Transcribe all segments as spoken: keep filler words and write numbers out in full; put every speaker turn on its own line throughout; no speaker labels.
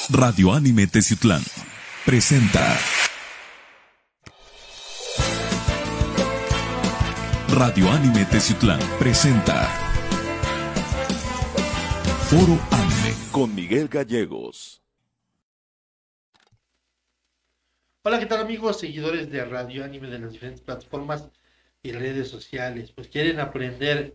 Radio Anime Teciutlán presenta Radio Anime Teciutlán presenta Foro Anime con Miguel Gallegos.
Hola, ¿qué tal amigos, seguidores de Radio Anime de las diferentes plataformas y redes sociales? Pues quieren aprender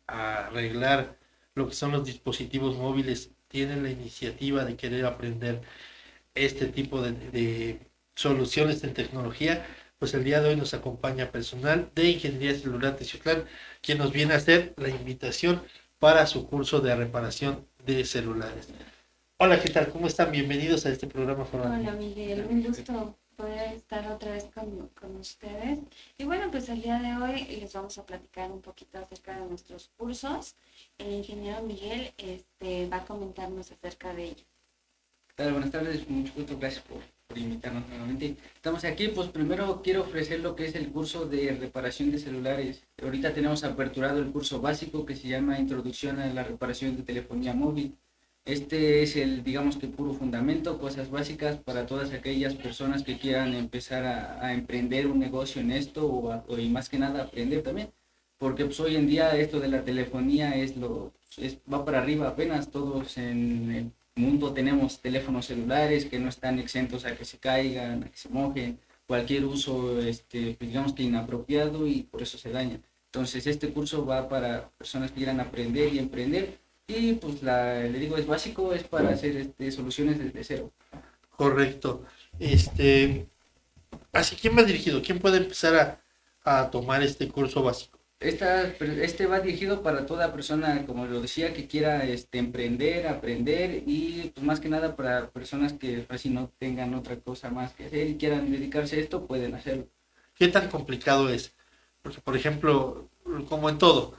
a arreglar lo que son los dispositivos móviles, tienen la iniciativa de querer aprender este tipo de, de soluciones en tecnología. Pues el día de hoy nos acompaña personal de Ingeniería Celular Teciutlán, quien nos viene a hacer la invitación para su curso de reparación de celulares. Hola, ¿qué tal? ¿Cómo están? Bienvenidos a este programa.
Hola Miguel, un gusto poder estar otra vez con, con ustedes. Y bueno, pues el día de hoy les vamos a platicar un poquito acerca de nuestros cursos. El ingeniero Miguel este, va a comentarnos acerca de ello.
¿Qué tal? Buenas tardes, mucho gusto, gracias por, por invitarnos nuevamente. Estamos aquí, pues primero quiero ofrecer lo que es el curso de reparación de celulares. Ahorita tenemos aperturado el curso básico que se llama Introducción a la reparación de telefonía móvil. Este es el, digamos que puro fundamento, cosas básicas para todas aquellas personas que quieran empezar a, a emprender un negocio en esto o, a, o y más que nada aprender también, porque pues hoy en día esto de la telefonía es lo es, va para arriba apenas. Todos en el mundo tenemos teléfonos celulares que no están exentos a que se caigan, a que se mojen, cualquier uso este, digamos que inapropiado, y por eso se daña. Entonces este curso va para personas que quieran aprender y emprender. Y pues la, le digo, es básico, es para hacer este, soluciones desde cero.
Correcto. Este, así, ¿quién va dirigido? ¿Quién puede empezar a, a tomar este curso básico?
Esta, este va dirigido para toda persona, como lo decía, que quiera este, emprender, aprender, y pues más que nada para personas que así no tengan otra cosa más que hacer y quieran dedicarse a esto, pueden hacerlo.
¿Qué tan complicado es? Porque, por ejemplo, como en todo,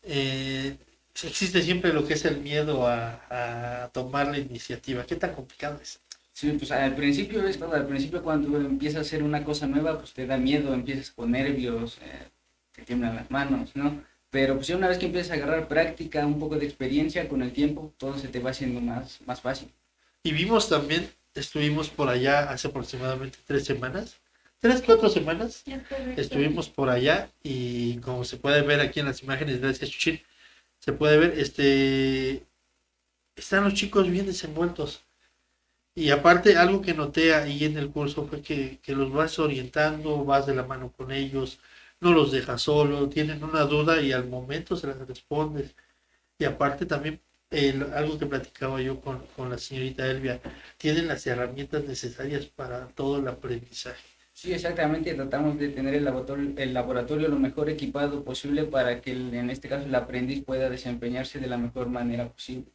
eh, existe siempre lo que es el miedo a, a tomar la iniciativa. ¿Qué tan complicado es?
Sí, pues al principio es todo, al principio cuando empiezas a hacer una cosa nueva, pues te da miedo, empiezas con nervios, eh, te tiemblan las manos, ¿no? Pero pues ya una vez que empiezas a agarrar práctica, un poco de experiencia, con el tiempo todo se te va haciendo más, más fácil.
Y vimos también, estuvimos por allá hace aproximadamente tres semanas, tres, cuatro semanas, estuvimos por allá, y como se puede ver aquí en las imágenes, gracias Chuchín, se puede ver, este, están los chicos bien desenvueltos. Y aparte, algo que noté ahí en el curso fue que, que los vas orientando, vas de la mano con ellos, no los dejas solos, tienen una duda y al momento se las respondes. Y aparte también, eh, algo que platicaba yo con, con la señorita Elvia, tienen las herramientas necesarias para todo el aprendizaje.
Sí, exactamente, tratamos de tener el laboratorio, el laboratorio lo mejor equipado posible para que el, en este caso el aprendiz pueda desempeñarse de la mejor manera posible.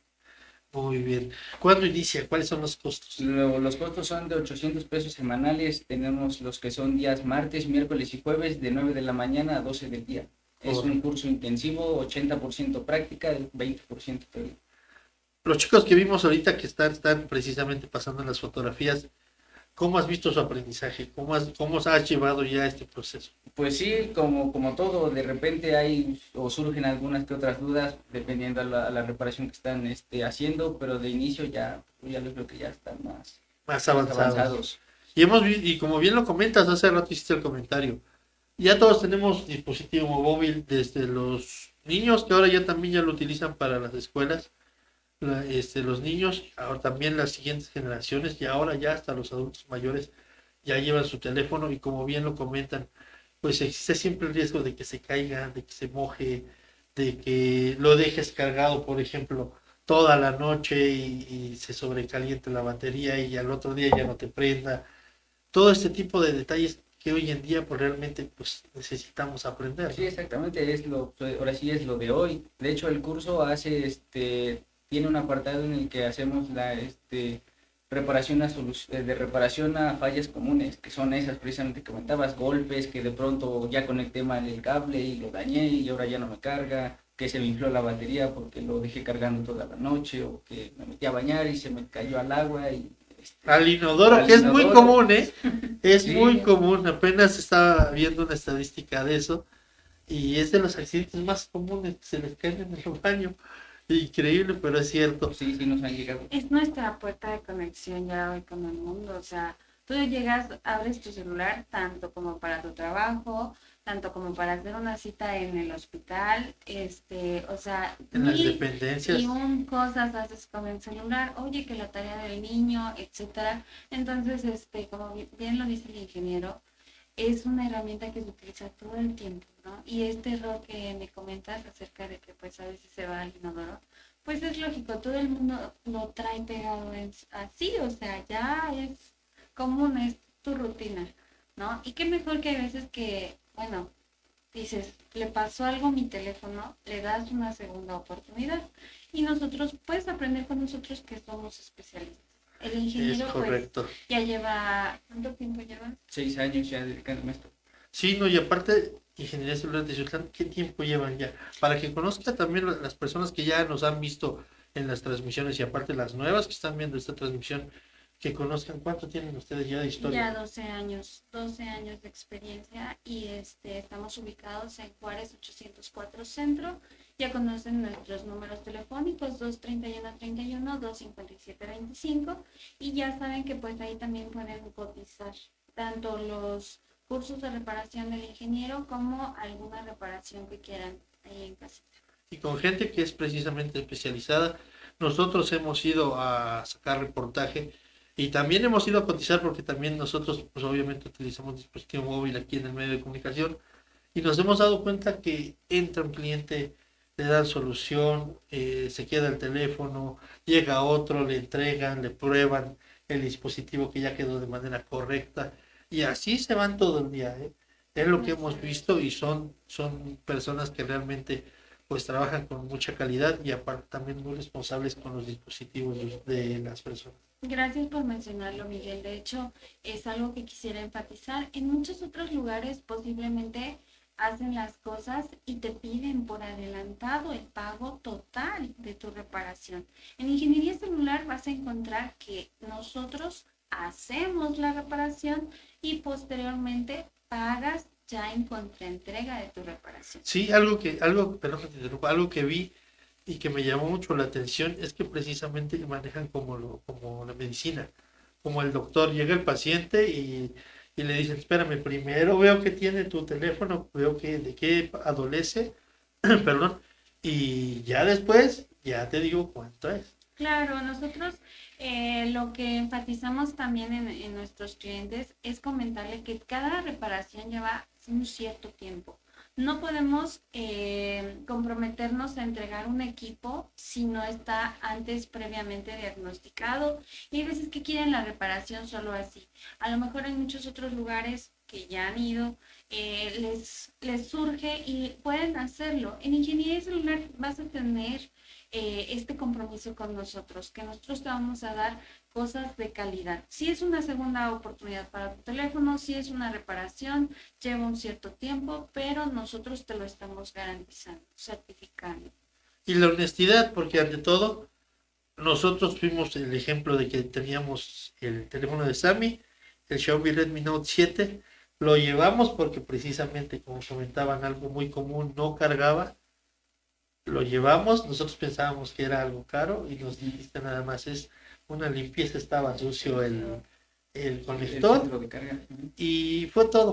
Muy bien. ¿Cuándo inicia? ¿Cuáles son los costos?
Lo, los costos son de ochocientos pesos semanales. Tenemos los que son días martes, miércoles y jueves de nueve de la mañana a doce del día. Es oh. un curso intensivo, ochenta por ciento práctica, veinte por ciento teoría.
Los chicos que vimos ahorita que están, están precisamente pasando las fotografías, ¿cómo has visto su aprendizaje? ¿Cómo has, cómo has llevado ya este proceso?
Pues sí, como, como todo, de repente hay o surgen algunas que otras dudas dependiendo a la, a la reparación que están este, haciendo, pero de inicio ya, ya les veo que ya están más,
más avanzados.
Más avanzados.
Y, hemos, y como bien lo comentas, hace rato hiciste el comentario, ya todos tenemos dispositivo móvil, desde los niños, que ahora ya también ya lo utilizan para las escuelas, La, este, los niños, ahora también las siguientes generaciones, y ahora ya hasta los adultos mayores ya llevan su teléfono, y como bien lo comentan, pues existe siempre el riesgo de que se caiga, de que se moje, de que lo dejes cargado, por ejemplo, toda la noche y, y se sobrecaliente la batería y al otro día ya no te prenda. Todo este tipo de detalles que hoy en día pues realmente pues necesitamos aprender, ¿no?
Sí, exactamente, es lo, ahora sí es lo de hoy. De hecho, el curso hace este tiene un apartado en el que hacemos la este reparación a de reparación a fallas comunes, que son esas precisamente que comentabas, golpes, que de pronto ya conecté mal el cable y lo dañé y ahora ya no me carga, que se me infló la batería porque lo dejé cargando toda la noche, o que me metí a bañar y se me cayó al agua y este,
al inodoro, al que inodoro. Es muy común, ¿eh? Es sí. muy común, apenas estaba viendo una estadística de eso, y es de los accidentes más comunes que se les caen en el baño. Increíble, pero es cierto.
Sí, sí nos han llegado.
Es nuestra puerta de conexión ya hoy con el mundo, o sea, tú llegas, abres tu celular tanto como para tu trabajo, tanto como para hacer una cita en el hospital, este, o sea,
En las
mil
dependencias.
y un cosas haces con el celular, oye, que la tarea del niño, etcétera. Entonces, este, como bi- bien lo dice el ingeniero, es una herramienta que se utiliza todo el tiempo, ¿no? Y este error que me comentas acerca de que pues a veces se va al inodoro, pues es lógico, todo el mundo lo trae pegado en- así, o sea, ya es común, es tu rutina, ¿no? Y qué mejor que hay veces que, bueno, dices, le pasó algo a mi teléfono, le das una segunda oportunidad y nosotros, puedes aprender con nosotros que somos especialistas. El
Es
ingeniero pues
correcto.
ya lleva, ¿cuánto tiempo lleva?
Seis años ya dedicándome a esto.
Sí, no, y aparte, Ingeniería Celular de Ciutlán, ¿qué tiempo llevan ya? Para que conozca también la- las personas que ya nos han visto en las transmisiones y aparte las nuevas que están viendo esta transmisión, que conozcan cuánto tienen ustedes ya de
Ya
historia.
doce años, doce años de experiencia y este, estamos ubicados en Juárez ochocientos cuatro Centro. Ya conocen nuestros números telefónicos dos treinta y uno treinta y uno, dos cincuenta y siete veinticinco y ya saben que pues ahí también pueden cotizar tanto los cursos de reparación del ingeniero como alguna reparación que quieran ahí en casa.
Y con gente que es precisamente especializada. Nosotros hemos ido a sacar reportaje y también hemos ido a cotizar porque también nosotros, pues obviamente utilizamos dispositivo móvil aquí en el medio de comunicación y nos hemos dado cuenta que entra un cliente, le dan solución, eh, se queda el teléfono, llega otro, le entregan, le prueban el dispositivo que ya quedó de manera correcta y así se van todo el día, ¿eh? Es lo que hemos visto y son, son personas que realmente pues trabajan con mucha calidad y aparte también muy responsables con los dispositivos de las personas.
Gracias por mencionarlo, Miguel. De hecho, es algo que quisiera enfatizar. En muchos otros lugares posiblemente hacen las cosas y te piden por adelantado el pago total de tu reparación. En ingeniería celular vas a encontrar que nosotros hacemos la reparación y posteriormente pagas ya en contraentrega de tu reparación.
Sí, algo que, algo, perdón que te interrumpa, algo que vi y que me llamó mucho la atención es que precisamente manejan como, lo, como la medicina, como el doctor, llega el paciente y, y le dicen, espérame, primero veo que tiene tu teléfono, veo que de qué adolece, perdón, y ya después ya te digo cuánto es.
Claro, nosotros eh, lo que enfatizamos también en, en nuestros clientes es comentarle que cada reparación lleva un cierto tiempo. No podemos eh, comprometernos a entregar un equipo si no está antes previamente diagnosticado. Y hay veces que quieren la reparación solo así. A lo mejor en muchos otros lugares que ya han ido, eh, les, les surge y pueden hacerlo. En ingeniería celular vas a tener eh, este compromiso con nosotros, que nosotros te vamos a dar cosas de calidad. Si es una segunda oportunidad para tu teléfono, si es una reparación, lleva un cierto tiempo, pero nosotros te lo estamos garantizando, certificando.
Y la honestidad, porque ante todo, nosotros fuimos el ejemplo de que teníamos el teléfono de Sammy, el Xiaomi Redmi Note siete, lo llevamos porque precisamente, como comentaban, algo muy común, no cargaba, lo llevamos, nosotros pensábamos que era algo caro y nos dijiste nada más, es una limpieza, estaba sucio el, el conector
centro de carga. Ujú.
y fue todo.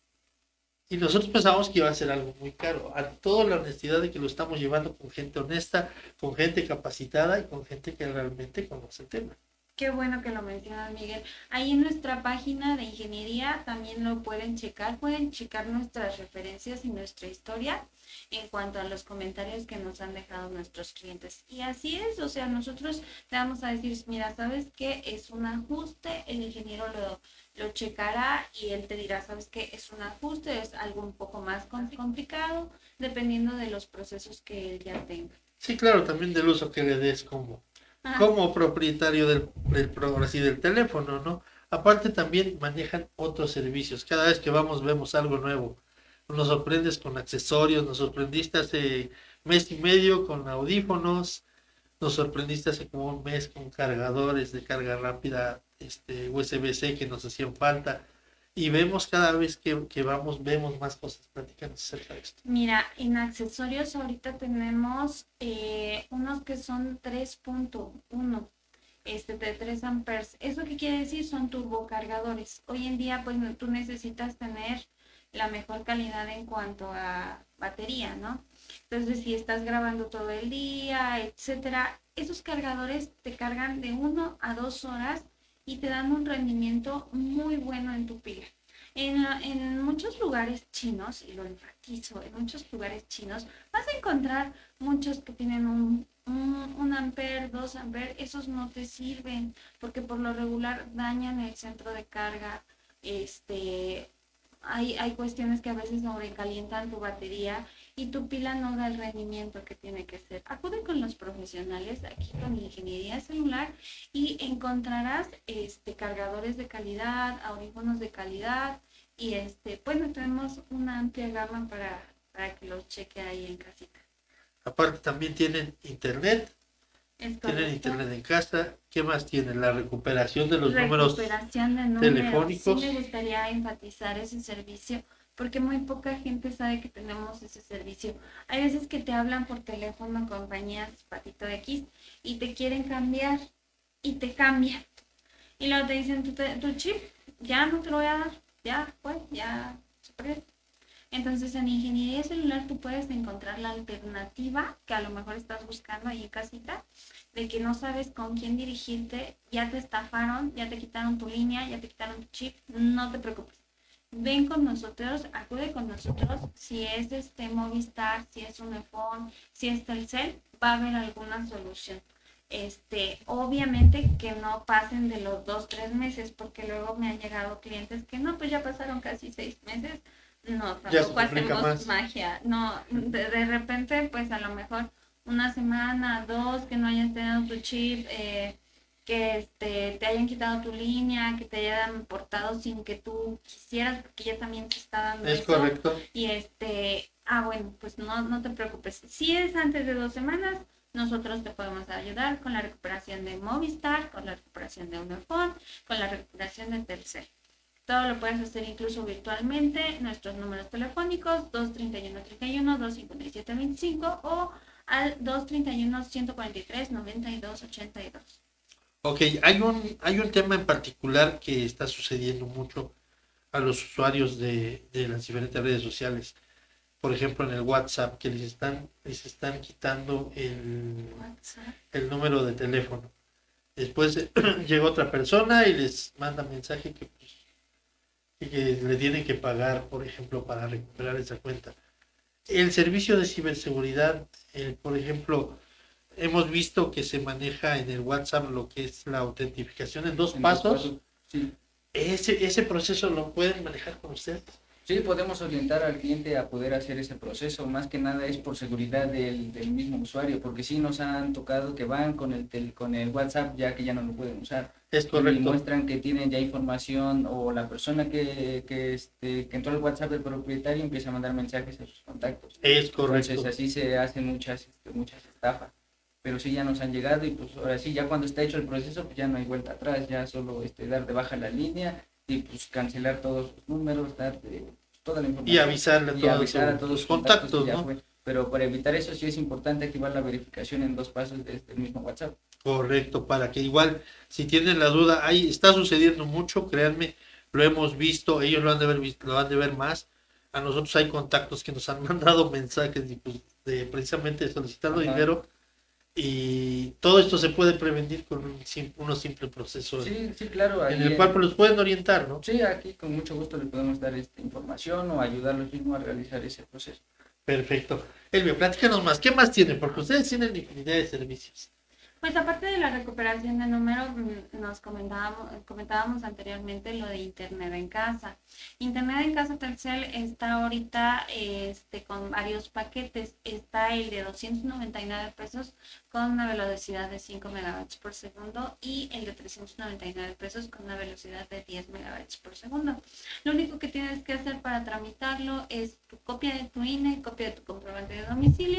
Y nosotros pensábamos que iba a ser algo muy caro. A toda la honestidad de que lo estamos llevando con gente honesta, con gente capacitada y con gente que realmente conoce el tema.
Qué bueno que lo mencionas, Miguel. Ahí en nuestra página de ingeniería también lo pueden checar, pueden checar nuestras referencias y nuestra historia en cuanto a los comentarios que nos han dejado nuestros clientes. Y así es, o sea, nosotros te vamos a decir, mira, ¿sabes qué? Es un ajuste, el ingeniero lo, lo checará y él te dirá, ¿sabes qué? Es un ajuste, es algo un poco más complicado, dependiendo de los procesos que él ya tenga.
Sí, claro, también del uso que le des como,
Ajá.
como propietario del, del, programa, así, del teléfono, ¿no? Aparte también manejan otros servicios. Cada vez que vamos vemos algo nuevo. Nos sorprendes con accesorios, nos sorprendiste hace mes y medio con audífonos, nos sorprendiste hace como un mes con cargadores de carga rápida, este, U S B C que nos hacían falta. y vemos cada vez que, que vamos, vemos más cosas. Platícanos acerca de esto.
Mira, en accesorios ahorita tenemos eh, unos que son tres punto uno, este, de tres amperes. ¿Eso qué quiere decir? Son turbocargadores. Hoy en día, pues tú necesitas tener la mejor calidad en cuanto a batería, ¿no? Entonces, si estás grabando todo el día, etcétera, esos cargadores te cargan de uno a dos horas y te dan un rendimiento muy bueno en tu pila. En, en muchos lugares chinos, y lo enfatizo, en muchos lugares chinos vas a encontrar muchos que tienen un, un, un amper, dos amper, esos no te sirven porque por lo regular dañan el centro de carga. Este, hay, hay cuestiones que a veces sobrecalientan tu batería y tu pila no da el rendimiento que tiene que ser. Acude con los profesionales aquí con Ingeniería Celular y encontrarás este, cargadores de calidad, audífonos de calidad y este, bueno, tenemos una amplia gama para, para que los cheque ahí en casita.
Aparte también tienen internet,
Es
tienen
correcto.
internet en casa. ¿Qué más tienen? La recuperación de los números
Recuperación de números.
telefónicos.
Sí me gustaría enfatizar ese servicio porque muy poca gente sabe que tenemos ese servicio. Hay veces que te hablan por teléfono compañías Patito X y te quieren cambiar y te cambian. Y luego te dicen, tu, te- tu chip ya no te lo voy a dar, ya, pues, ya se perdió. Entonces en Ingeniería Celular tú puedes encontrar la alternativa que a lo mejor estás buscando ahí en casita, de que no sabes con quién dirigirte, ya te estafaron, ya te quitaron tu línea, ya te quitaron tu chip, no te preocupes. Ven con nosotros, acude con nosotros, si es este Movistar, si es Unifón, si es Telcel, va a haber alguna solución. Este, obviamente que no pasen de los dos, tres meses, porque luego me han llegado clientes que no, pues ya pasaron casi seis meses, no,
Ya se
tampoco
complica
hacemos
más.
magia, no, de, de repente, pues a lo mejor una semana, dos, que no hayas tenido tu chip, eh, que este, te hayan quitado tu línea, que te hayan portado sin que tú quisieras, porque ya también te está dando
Es
eso.
correcto.
Y este, ah, bueno, pues no, no te preocupes. Si es antes de dos semanas, nosotros te podemos ayudar con la recuperación de Movistar, con la recuperación de Unifón, con la recuperación de Telcel. Todo lo puedes hacer incluso virtualmente. Nuestros números telefónicos dos treinta y uno treinta y uno, dos cincuenta y siete veinticinco o al dos treinta y uno ciento cuarenta y tres noventa y dos ochenta y dos.
Ok, hay un, hay un tema en particular que está sucediendo mucho a los usuarios de, de las diferentes redes sociales. Por ejemplo, en el WhatsApp, que les están, les están quitando el,
WhatsApp.
el número de teléfono. Después eh, llega otra persona y les manda mensaje que, pues, que- que le tienen que pagar, por ejemplo, para recuperar esa cuenta. El servicio de ciberseguridad, eh, por ejemplo, hemos visto que se maneja en el WhatsApp lo que es la autentificación en dos
En dos
pasos.
pasos, sí.
Ese, ese proceso lo pueden manejar con ustedes.
Sí, podemos orientar al cliente a poder hacer ese proceso, más que nada es por seguridad del, del mismo usuario, porque sí nos han tocado que van con el, tel- con el WhatsApp ya que ya no lo pueden usar.
Es
Y
correcto.
muestran que tienen ya información o la persona que, que, este, que entró al WhatsApp del propietario empieza a mandar mensajes a sus contactos.
Es correcto.
Entonces así se hacen muchas, este, muchas estafas. Pero sí ya nos han llegado y pues ahora sí, ya cuando está hecho el proceso, pues ya no hay vuelta atrás, ya solo este, dar de baja la línea y pues cancelar todos los números, dar de, toda la información.
Y avisarle a
Y
todos
avisar a
sus-
todos
sus
los contactos,
contactos,
y ya
¿no?
fue. Pero para evitar eso sí es importante activar la verificación en dos pasos desde el mismo WhatsApp.
Correcto, para que igual, si tienen la duda, ahí está sucediendo mucho, créanme, lo hemos visto, ellos lo han de ver, vis- lo han de ver más. A nosotros hay contactos que nos han mandado mensajes de, pues, de precisamente solicitando
Ajá.
dinero, y todo esto se puede prevenir con un, sim- unos simples procesos
Sí, sí, claro.
en
ahí
el cual pues, los pueden orientar, ¿no?
Sí, aquí con mucho gusto les podemos dar esta información o ayudarlos mismos a realizar ese proceso.
Perfecto. Elvia, platícanos más, ¿qué más tienen? Porque ustedes tienen infinidad de servicios.
Pues aparte de la recuperación de números, mm, nos comentábamos, comentábamos anteriormente lo de Internet en casa. Internet en casa Telcel está ahorita este, con varios paquetes. Está el de doscientos noventa y nueve pesos con una velocidad de cinco megabytes por segundo y el de trescientos noventa y nueve pesos con una velocidad de diez megabytes por segundo. Lo único que tienes que hacer para tramitarlo es tu copia de tu I N E, copia de tu comprobante de domicilio,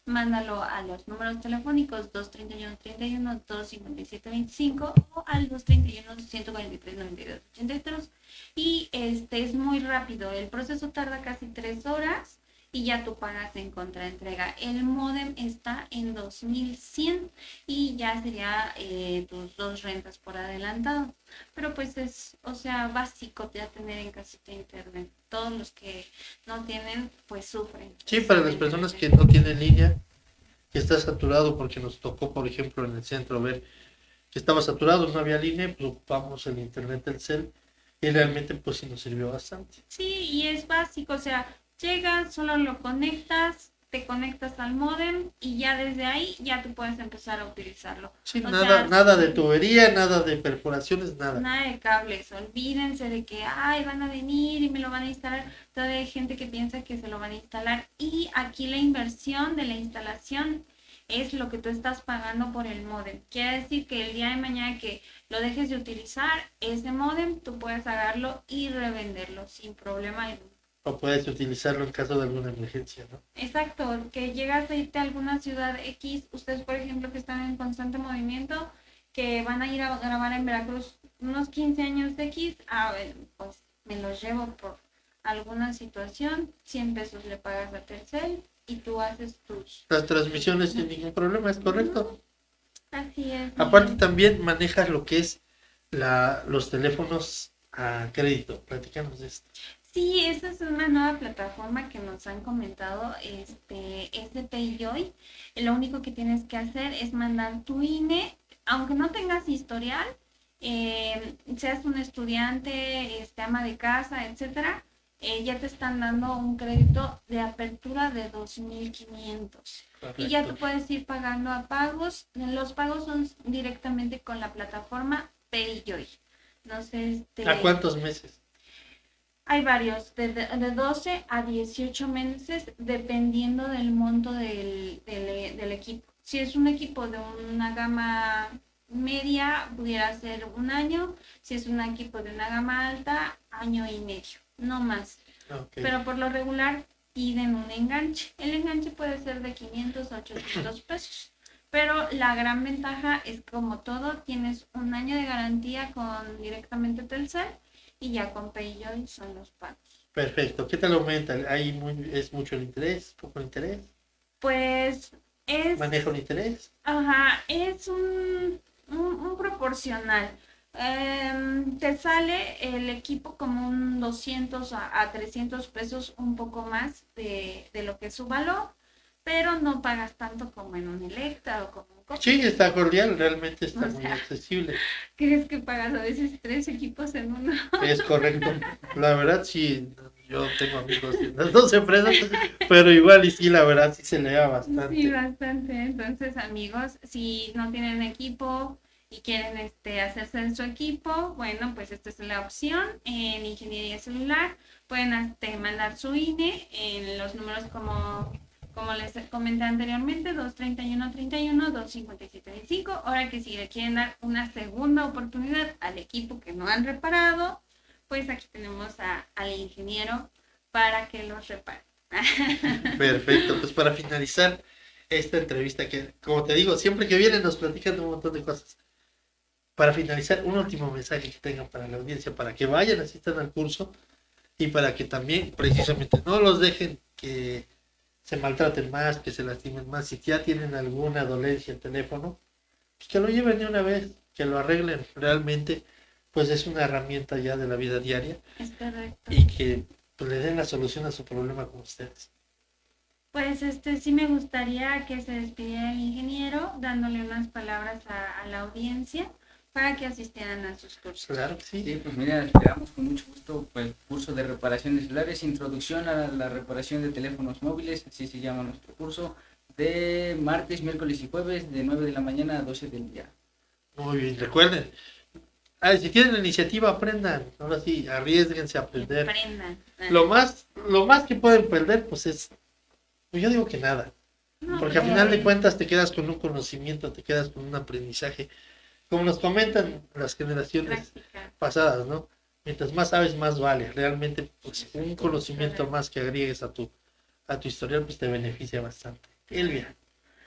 mándalo a los números telefónicos dos treinta y uno, treinta y uno, dos cincuenta y siete veinticinco o al dos treinta y uno, ciento cuarenta y tres, noventa y dos, ochenta y tres. Y este es muy rápido, el proceso tarda casi tres horas y ya tú pagas en contraentrega. El módem está en dos mil cien y ya sería eh, tus dos rentas por adelantado. Pero pues es, o sea, básico ya tener en casita internet. Todos los que no tienen, pues sufren.
Sí, para las personas que no tienen línea, que está saturado, porque nos tocó, por ejemplo, en el centro ver que estaba saturado, no había línea, pues ocupamos el internet del cel y realmente pues sí nos sirvió bastante.
Sí, y es básico, o sea, llegas, solo lo conectas, te conectas al módem y ya desde ahí ya tú puedes empezar a utilizarlo.
Sí,
O
nada,
sea,
nada de tubería, nada de perforaciones, nada.
Nada de cables, olvídense de que, ay, van a venir y me lo van a instalar. Todavía hay gente que piensa que se lo van a instalar y aquí la inversión de la instalación es lo que tú estás pagando por el módem. Quiere decir que el día de mañana que lo dejes de utilizar, ese módem, tú puedes agarrarlo y revenderlo sin problema alguno.
O puedes utilizarlo en caso de alguna emergencia, ¿no?
Exacto, que llegas a irte a alguna ciudad X, ustedes por ejemplo que están en constante movimiento, que van a ir a grabar en Veracruz unos quince años de X, a ver, pues me los llevo por alguna situación, cien pesos le pagas a Telcel y tú haces tus...
Las transmisiones sin ningún problema, ¿es correcto?
Así es.
Aparte
Miguel.
también manejas lo que es la, los teléfonos a crédito. Platicamos de esto.
Sí, esa es una nueva plataforma que nos han comentado, este, es de PayJoy. Lo único que tienes que hacer es mandar tu I N E, aunque no tengas historial, eh, seas un estudiante, este, ama de casa, etcétera, eh, ya te están dando un crédito de apertura de dos mil quinientos. Y ya tú puedes ir pagando a pagos. Los pagos son directamente con la plataforma PayJoy. No sé, este...
¿A cuántos meses?
Hay varios, de, de doce a dieciocho meses, dependiendo del monto del, del, del equipo. Si es un equipo de una gama media, pudiera ser un año. Si es un equipo de una gama alta, año y medio, no más.
Okay.
Pero por lo regular piden un enganche. El enganche puede ser de quinientos a ochocientos pesos. Pero la gran ventaja es, como todo, tienes un año de garantía con directamente Telcel. Y ya con PayJoy son los pagos.
Perfecto. ¿Qué tal aumenta? ¿Hay muy, ¿Es mucho el interés? ¿Poco el interés?
Pues es...
¿Maneja un interés?
Ajá, es un, un, un proporcional. Eh, te sale el equipo como un doscientos a, a trescientos pesos, un poco más de, de lo que es su valor, pero no pagas tanto como en un Electra o como un Coppel.
Sí, está cordial, realmente está
O
muy
sea,
accesible.
¿Crees que pagas a veces tres equipos en uno?
Es correcto. La verdad, sí, yo tengo amigos en las dos empresas, pero igual y sí, la verdad, sí se lea bastante.
Sí, bastante. Entonces, amigos, si no tienen equipo y quieren este hacerse en su equipo, bueno, pues esta es la opción. En ingeniería celular pueden este, mandar su I N E en los números como, como les comenté anteriormente, dos treinta y uno, treinta y uno, dos cincuenta y siete veinticinco. Ahora que si le quieren dar una segunda oportunidad al equipo que no han reparado, pues aquí tenemos a, al ingeniero para que los repare.
Perfecto, pues para finalizar esta entrevista, que como te digo, siempre que vienen nos platican un montón de cosas. Para finalizar, un último mensaje que tengan para la audiencia, para que vayan, asistan al curso y para que también precisamente no los dejen que se maltraten más, que se lastimen más. Si ya tienen alguna dolencia en teléfono, pues que lo lleven de una vez, que lo arreglen. Realmente pues es una herramienta ya de la vida diaria.
Es correcto.
Y que pues, le den la solución a su problema con ustedes.
Pues este sí me gustaría que se despidiera el ingeniero dándole unas palabras a, a la audiencia para que asistieran a sus cursos.
Claro que sí.
Sí, pues mira, esperamos con mucho gusto pues curso de reparaciones celulares, introducción a la reparación de teléfonos móviles, así se llama nuestro curso, de martes, miércoles y jueves de nueve de la mañana a doce del día.
Muy bien, recuerden, ay, si tienen la iniciativa, aprendan, ahora sí, arriesguense a aprender.
Aprendan.
Lo más, lo más que pueden perder, pues es, pues yo digo que nada,
No,
porque al
pero-
final de cuentas te quedas con un conocimiento, te quedas con un aprendizaje, como nos comentan las generaciones
Práctica.
pasadas, ¿no? Mientras más sabes, más vale. Realmente, pues un conocimiento más que agregues a tu, a tu historial, pues te beneficia bastante. Elvia.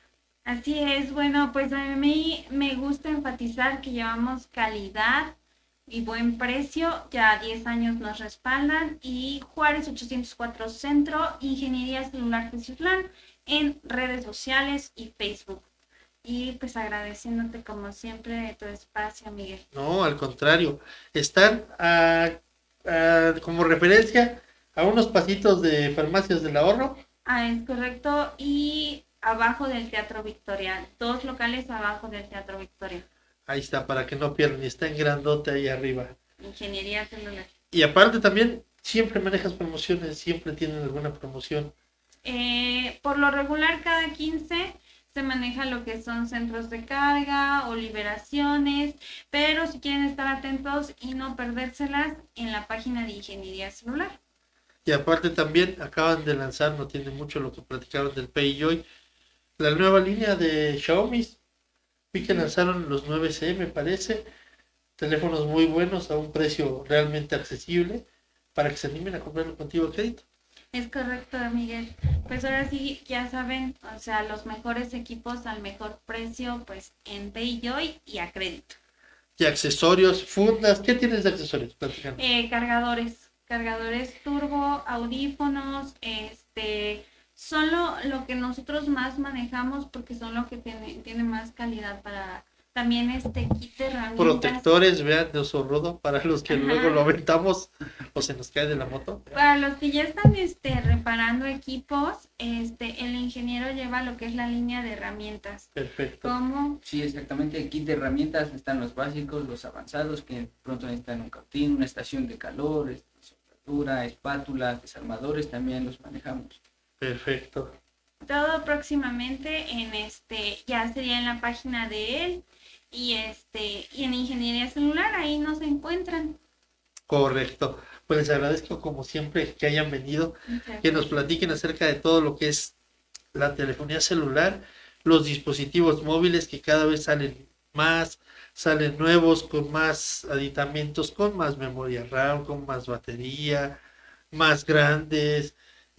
Así es, bueno, pues a mí me gusta enfatizar que llevamos calidad y buen precio, ya diez años nos respaldan, y Juárez ochocientos cuatro Centro, Ingeniería Celular Teciutlán, en redes sociales y Facebook. Y pues agradeciéndote como siempre de tu espacio, Miguel.
No, al contrario, están a, a- como referencia a unos pasitos de Farmacias del Ahorro.
Ah, es correcto, y abajo del Teatro Victoria, dos locales abajo del Teatro Victoria,
Ahí está, para que no pierdan, y está en grandote ahí arriba.
Ingeniería Celular.
Y aparte también, siempre manejas promociones, siempre tienen alguna promoción.
Eh, por lo regular, cada quince se maneja lo que son centros de carga o liberaciones, pero si quieren estar atentos y no perdérselas, en la página de Ingeniería Celular.
Y aparte también acaban de lanzar, no tiene mucho lo que platicaron del PayJoy, la nueva línea de Xiaomi. Vi que lanzaron los nueve C, me parece, teléfonos muy buenos a un precio realmente accesible para que se animen a comprarlo contigo a crédito.
Es correcto, Miguel. Pues ahora sí, ya saben, o sea, los mejores equipos al mejor precio, pues en PayJoy y a crédito.
Y accesorios, fundas, ¿qué tienes de accesorios? Platícanos.
Eh, cargadores, cargadores turbo, audífonos, este, son lo, lo que nosotros más manejamos porque son lo que tiene, tiene más calidad para también este kit de herramientas.
Protectores, vean, de oso rudo, para los que
Ajá.
luego lo aventamos o se nos cae de la moto.
Para los que ya están este, reparando equipos, este, el ingeniero lleva lo que es la línea de herramientas.
Perfecto.
Como
Sí, exactamente. El kit de herramientas están los básicos, los avanzados, que pronto necesitan un cautín, una estación de calor, este, soldadura, espátulas, desarmadores, también los manejamos.
Perfecto.
todo próximamente en este, ya sería en la página de él y este, y en Ingeniería Celular, ahí nos encuentran.
Correcto. Pues les agradezco como siempre que hayan venido, que nos platiquen acerca de todo lo que es la telefonía celular, los dispositivos móviles que cada vez salen más, salen nuevos, con más aditamentos, con más memoria RAM, con más batería, más grandes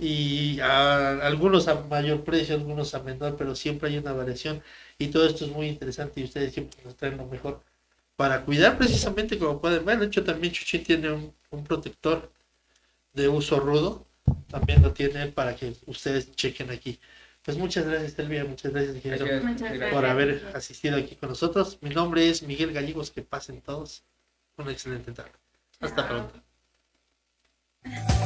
y a, algunos a mayor precio, algunos a menor, pero siempre hay una variación y todo esto es muy interesante y ustedes siempre nos traen lo mejor para cuidar precisamente, como pueden ver. De hecho también Chuchín tiene un, un protector de uso rudo, también lo tiene para que ustedes chequen aquí. Pues muchas gracias, Elvia, muchas gracias, ingeniero,
Gracias.
Muchas gracias.
por haber asistido aquí con nosotros. Mi nombre es Miguel Gallegos, que pasen todos una excelente tarde. Hasta
Chao.
pronto.